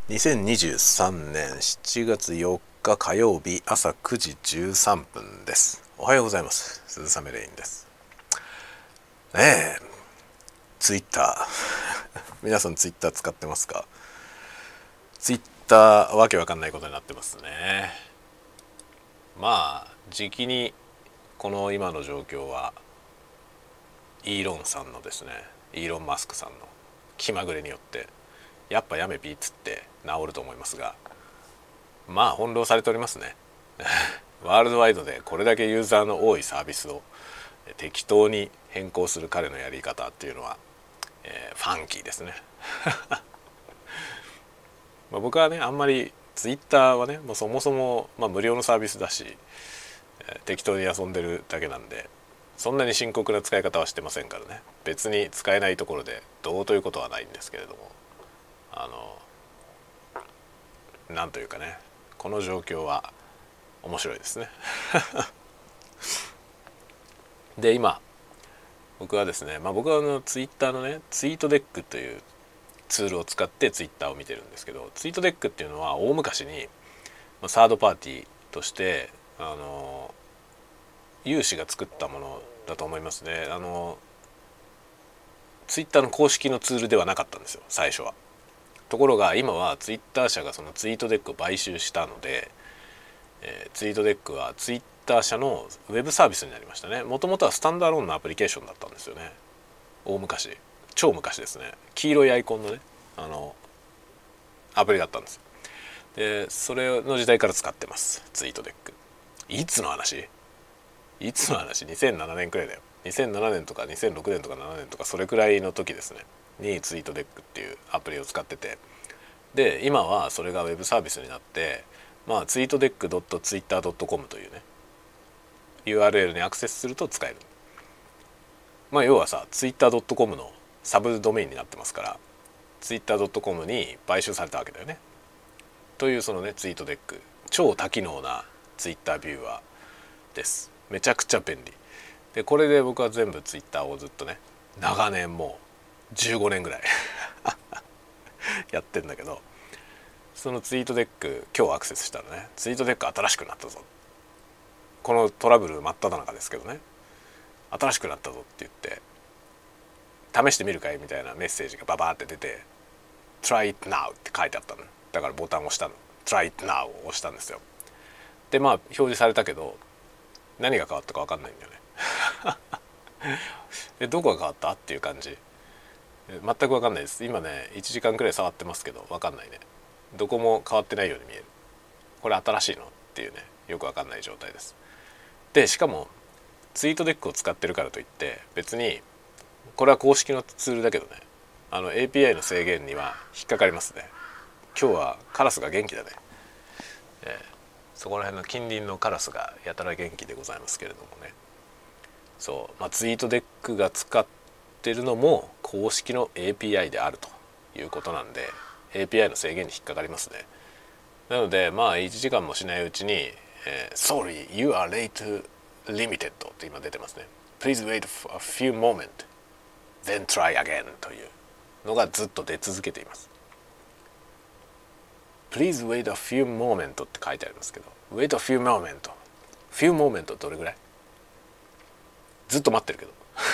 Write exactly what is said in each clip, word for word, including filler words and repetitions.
にせんにじゅうさんねんしちがつよっか火曜日朝くじじゅうさんぷんです。おはようございます。鈴雨レインです。ねえ、ツイッター皆さんツイッター使ってますか？ツイッターわけわかんないことになってますね。まあ時期にこの今の状況はイーロンさんのですねイーロン・マスクさんの気まぐれによってやっぱやめピーっつって治ると思いますが、まあ翻弄されておりますねワールドワイドでこれだけユーザーの多いサービスを適当に変更する彼のやり方っていうのは、えー、ファンキーですねまあ僕はねあんまりツイッターはねもうそもそも、まあ、無料のサービスだし、えー、適当に遊んでるだけなんでそんなに深刻な使い方はしてませんからね。別に使えないところでどうということはないんですけれども、あのなんというかねこの状況は面白いですねで今僕はですね、まあ、僕はあのツイッターのねツイートデックというツールを使ってツイッターを見てるんですけど、ツイートデックっていうのは大昔にサードパーティーとしてあの有志が作ったものだと思いますね。あのツイッターの公式のツールではなかったんですよ最初は。ところが今はツイッター社がそのツイートデックを買収したので、えー、ツイートデックはツイッター社のウェブサービスになりましたね。もともとはスタンダーローンのアプリケーションだったんですよね。大昔超昔ですね。黄色いアイコンのねあのアプリだったんです。でそれの時代から使ってますツイートデック。いつの話いつの話にせんななねんくらいだよ。にせんななねんとかにせんろくねんとかななねんとかそれくらいの時ですねにツイートデックっていうアプリを使ってて、で今はそれがウェブサービスになって、まあツイートデック ドットツイッター ドットコム というね ユーアールエル にアクセスすると使える。まあ要はさ ツイッター ドットコム のサブドメインになってますから ツイッター ドットコム に買収されたわけだよね。というそのねツイートデック超多機能なツイッタービューアーです。めちゃくちゃ便利で、これで僕は全部ツイッターをずっとね長年もうじゅうごねんぐらいやってんだけど、そのツイートデック今日アクセスしたらねツイートデック新しくなったぞ、このトラブル真っ只中ですけどね新しくなったぞって言って試してみるかいみたいなメッセージがババーって出て Try it now って書いてあったの。だからボタンを押したの Try it now を押したんですよ。でまあ表示されたけど何が変わったか分かんないんだよねでどこが変わったっていう感じ全く分かんないです。今ねいちじかんくらい触ってますけど分かんないね。どこも変わってないように見える。これ新しいのっていうねよく分かんない状態です。でしかもツイートデックを使ってるからといって別にこれは公式のツールだけどねあの エーピーアイ の制限には引っかかりますね。今日はカラスが元気だね、えー、そこら辺の近隣のカラスがやたら元気でございますけれどもね。そう、まあ、ツイートデックが使ってるのも公式の エーピーアイ であるということなんで エーピーアイ の制限に引っかかりますね。なのでまあいちじかんもしないうちに、えー、Sorry, you are late limited って今出てますね。Please wait for a few moments then try again というのがずっと出続けています。Please wait a few moments って書いてありますけど Wait a few moments few moments どれぐらいずっと待ってるけど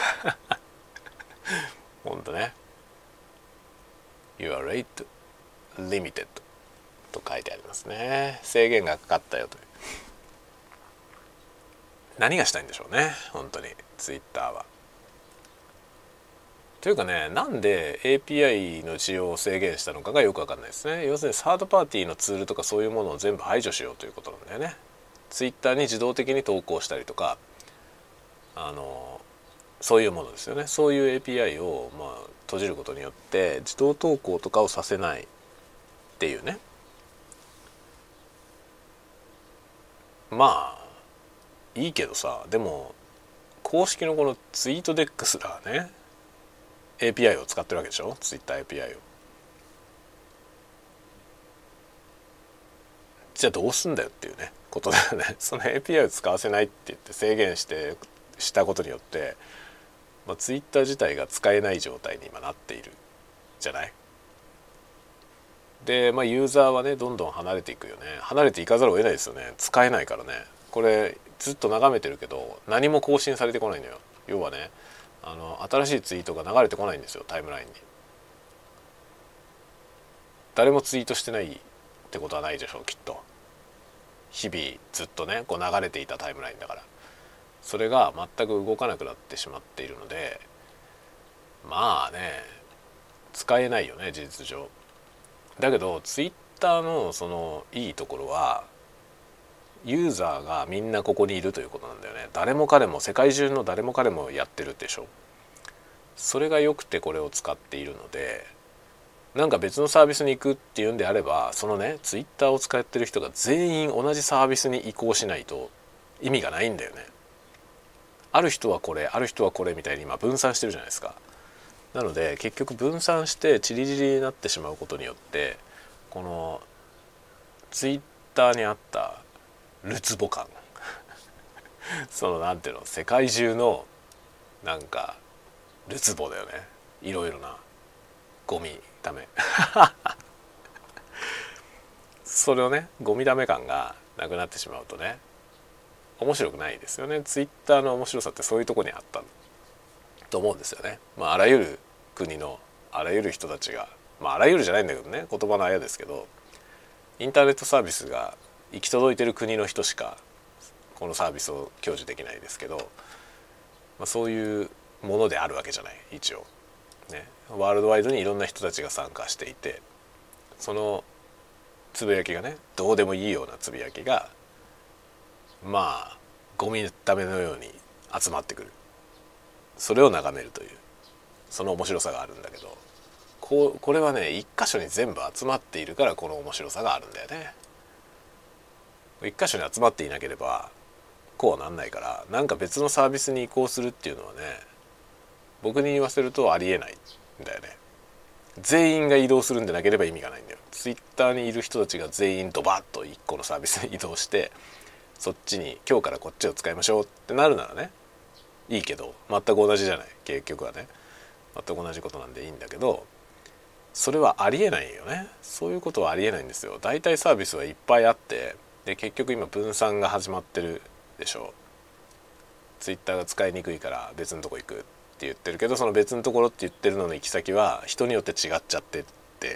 ほんとね You are late limited と書いてありますね。制限がかかったよという。何がしたいんでしょうね本当にツイッターは。というかねなんで エーピーアイ の使用を制限したのかがよく分かんないですね。要するにサードパーティーのツールとかそういうものを全部排除しようということなんだよね。ツイッターに自動的に投稿したりとかあのそういうものですよね。そういう エーピーアイ をまあ閉じることによって自動投稿とかをさせないっていうね。まあいいけどさでも公式のこのツイートデックすらね エーピーアイ を使ってるわけでしょ。ツイッター エーピーアイ を。じゃあどうすんだよっていうねことだよね。その エーピーアイ を使わせないって言って制限してしたことによって、まあ、ツイッター自体が使えない状態に今なっているじゃない。 で、まあ、ユーザーはねどんどん離れていくよね。離れていかざるを得ないですよね。使えないからね。これずっと眺めてるけど何も更新されてこないのよ。要はね、あの新しいツイートが流れてこないんですよ、タイムラインに。誰もツイートしてないってことはないでしょう、きっと。日々ずっとねこう流れていたタイムラインだから、それが全く動かなくなってしまっているので、まあね使えないよね、事実上。だけどツイッターのそのいいところはユーザーがみんなここにいるということなんだよね。誰も彼も、世界中の誰も彼もやってるでしょ。それが良くてこれを使っているので、なんか別のサービスに行くっていうんであれば、そのねツイッターを使ってる人が全員同じサービスに移行しないと意味がないんだよね。ある人はこれ、ある人はこれみたいに今分散してるじゃないですか。なので結局分散してチリチリになってしまうことによって、このツイッターにあったるつぼ感そのなんていうの、世界中のなんかるつぼだよね。いろいろなゴミダメそれをね、ゴミダメ感がなくなってしまうとね面白くないですよね。ツイッターの面白さってそういうとこにあったと思うんですよね。まああらゆる国のあらゆる人たちが、まああらゆるじゃないんだけどね、言葉のあやですけど、インターネットサービスが行き届いてる国の人しかこのサービスを享受できないですけど、まあ、そういうものであるわけじゃない一応ね。ワールドワイドにいろんな人たちが参加していて、そのつぶやきがね、どうでもいいようなつぶやきがまあゴミダメのように集まってくる。それを眺めるという、その面白さがあるんだけど、こうこれはね一箇所に全部集まっているからこの面白さがあるんだよね。一箇所に集まっていなければこうはなんないから、なんか別のサービスに移行するっていうのはね、僕に言わせるとありえないんだよね。全員が移動するんでなければ意味がないんだよ。ツイッターにいる人たちが全員ドバッと一個のサービスに移動して、そっちに今日からこっちを使いましょうってなるならねいいけど、全く同じじゃない、結局はね全く同じことなんでいいんだけど、それはありえないよね。そういうことはありえないんですよ。大体サービスはいっぱいあって、で結局今分散が始まってるでしょう。ツイッターが使いにくいから別のとこ行くって言ってるけど、その別のところって言ってるのの行き先は人によって違っちゃってって、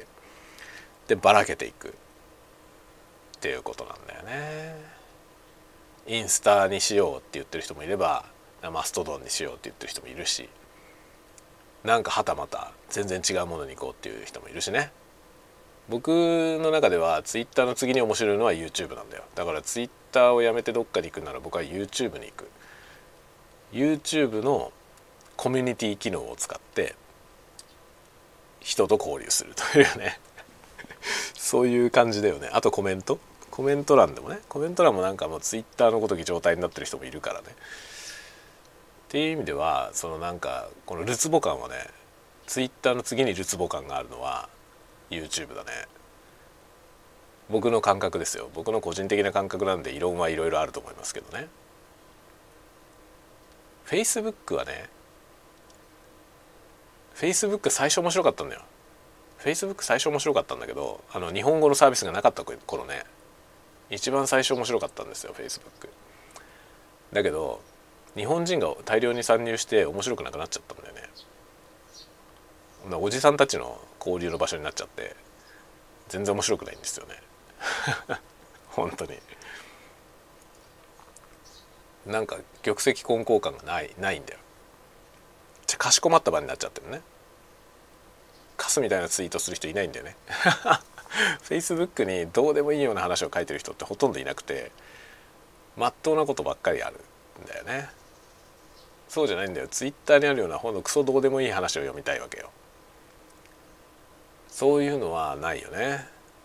でばらけていくっていうことなんだよね。インスタにしようって言ってる人もいれば、マストドンにしようって言ってる人もいるし、なんかはたまた全然違うものに行こうっていう人もいるしね。僕の中ではツイッターの次に面白いのは YouTube なんだよ。だからツイッターをやめてどっかに行くなら僕は YouTube に行く。 YouTube のコミュニティ機能を使って人と交流するというねそういう感じだよね。あとコメントコメント欄でもね、コメント欄もなんかもうツイッターのごとき状態になってる人もいるからね。っていう意味では、そのなんかこのるつぼ感はね、ツイッターの次にるつぼ感があるのは YouTube だね。僕の感覚ですよ。僕の個人的な感覚なんで異論はいろいろあると思いますけどね。Facebook はね、Facebook 最初面白かったんだよ。Facebook 最初面白かったんだけど、あの日本語のサービスがなかった頃ね、一番最初面白かったんですよ Facebook。 だけど日本人が大量に参入して面白くなくなっちゃったんだよね。おじさんたちの交流の場所になっちゃって全然面白くないんですよね本当になんか玉石混交感がないないんだよ。じゃかしこまった場になっちゃってるね。カスみたいなツイートする人いないんだよねFacebook にどうでもいいような話を書いてる人ってほとんどいなくて、まっとうなことばっかりあるんだよね。そうじゃないんだよ。ツイッターにあるようなほんのクソどうでもいい話を読みたいわけよ。そういうのはないよね。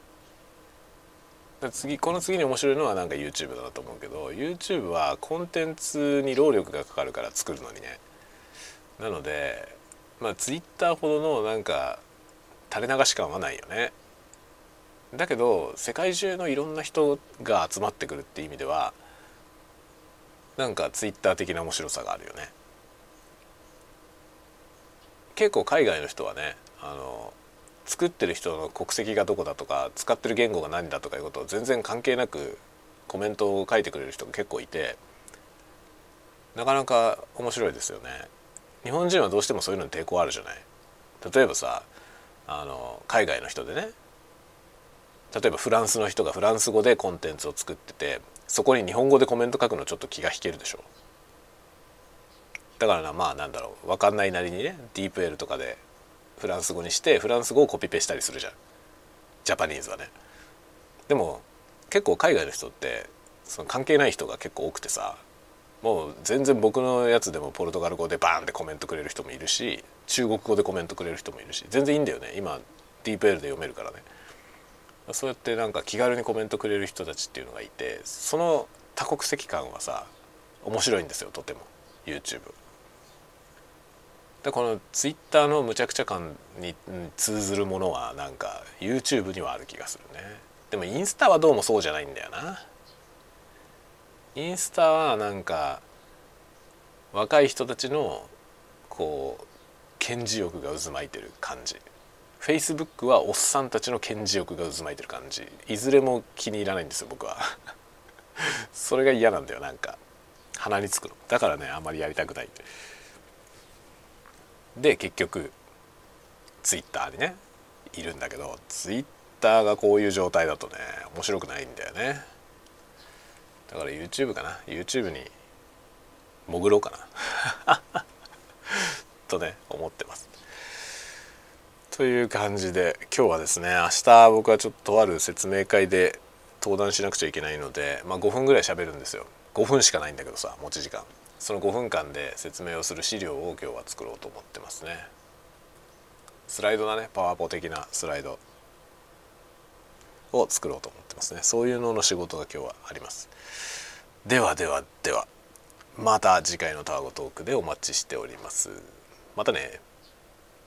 次この次に面白いのはなんか YouTube だなと思うけど、 YouTube はコンテンツに労力がかかるから作るのにね。なのでまあ Twitter ほどのなんか垂れ流し感はないよね。だけど世界中のいろんな人が集まってくるっていう意味ではなんか Twitter 的な面白さがあるよね。結構海外の人はね、あの作ってる人の国籍がどこだとか使ってる言語が何だとかいうことを全然関係なくコメントを書いてくれる人が結構いて、なかなか面白いですよね。日本人はどうしてもそういうのに抵抗あるじゃない。例えばさ、あの海外の人でね、例えばフランスの人がフランス語でコンテンツを作ってて、そこに日本語でコメント書くのちょっと気が引けるでしょ。だからな、まあなんだろう、分かんないなりにね、ディープ L とかでフランス語にしてフランス語をコピペしたりするじゃん、ジャパニーズはね。でも結構海外の人ってその関係ない人が結構多くてさ、もう全然僕のやつでもポルトガル語でバーンってコメントくれる人もいるし、中国語でコメントくれる人もいるし、全然いいんだよね。今 ディープ L で読めるからね。そうやってなんか気軽にコメントくれる人たちっていうのがいて、その多国籍感はさ面白いんですよ、とても YouTube。 でこの Twitter のむちゃくちゃ感に通ずるものはなんか YouTube にはある気がするね。でもインスタはどうもそうじゃないんだよな。インスタはなんか若い人たちのこう顕示欲が渦巻いてる感じ、Facebook はおっさんたちの顕示欲が渦巻いてる感じ、いずれも気に入らないんですよ僕はそれが嫌なんだよ、なんか鼻につくの。だからね、あんまりやりたくないで、結局 Twitter にねいるんだけど、Twitter がこういう状態だとね面白くないんだよね。だから YouTube かな、 YouTube に潜ろうかなとね思ってます。という感じで今日はですね、明日僕はちょっととある説明会で登壇しなくちゃいけないので、まあ、ごふんぐらい喋るんですよ。ごふんしかないんだけどさ、持ち時間。そのごふんかんで説明をする資料を今日は作ろうと思ってますね。スライドだね、パワポ的なスライドを作ろうと思ってますね。そういうのの仕事が今日はあります。ではではでは、また次回のタワゴトークでお待ちしております。またね。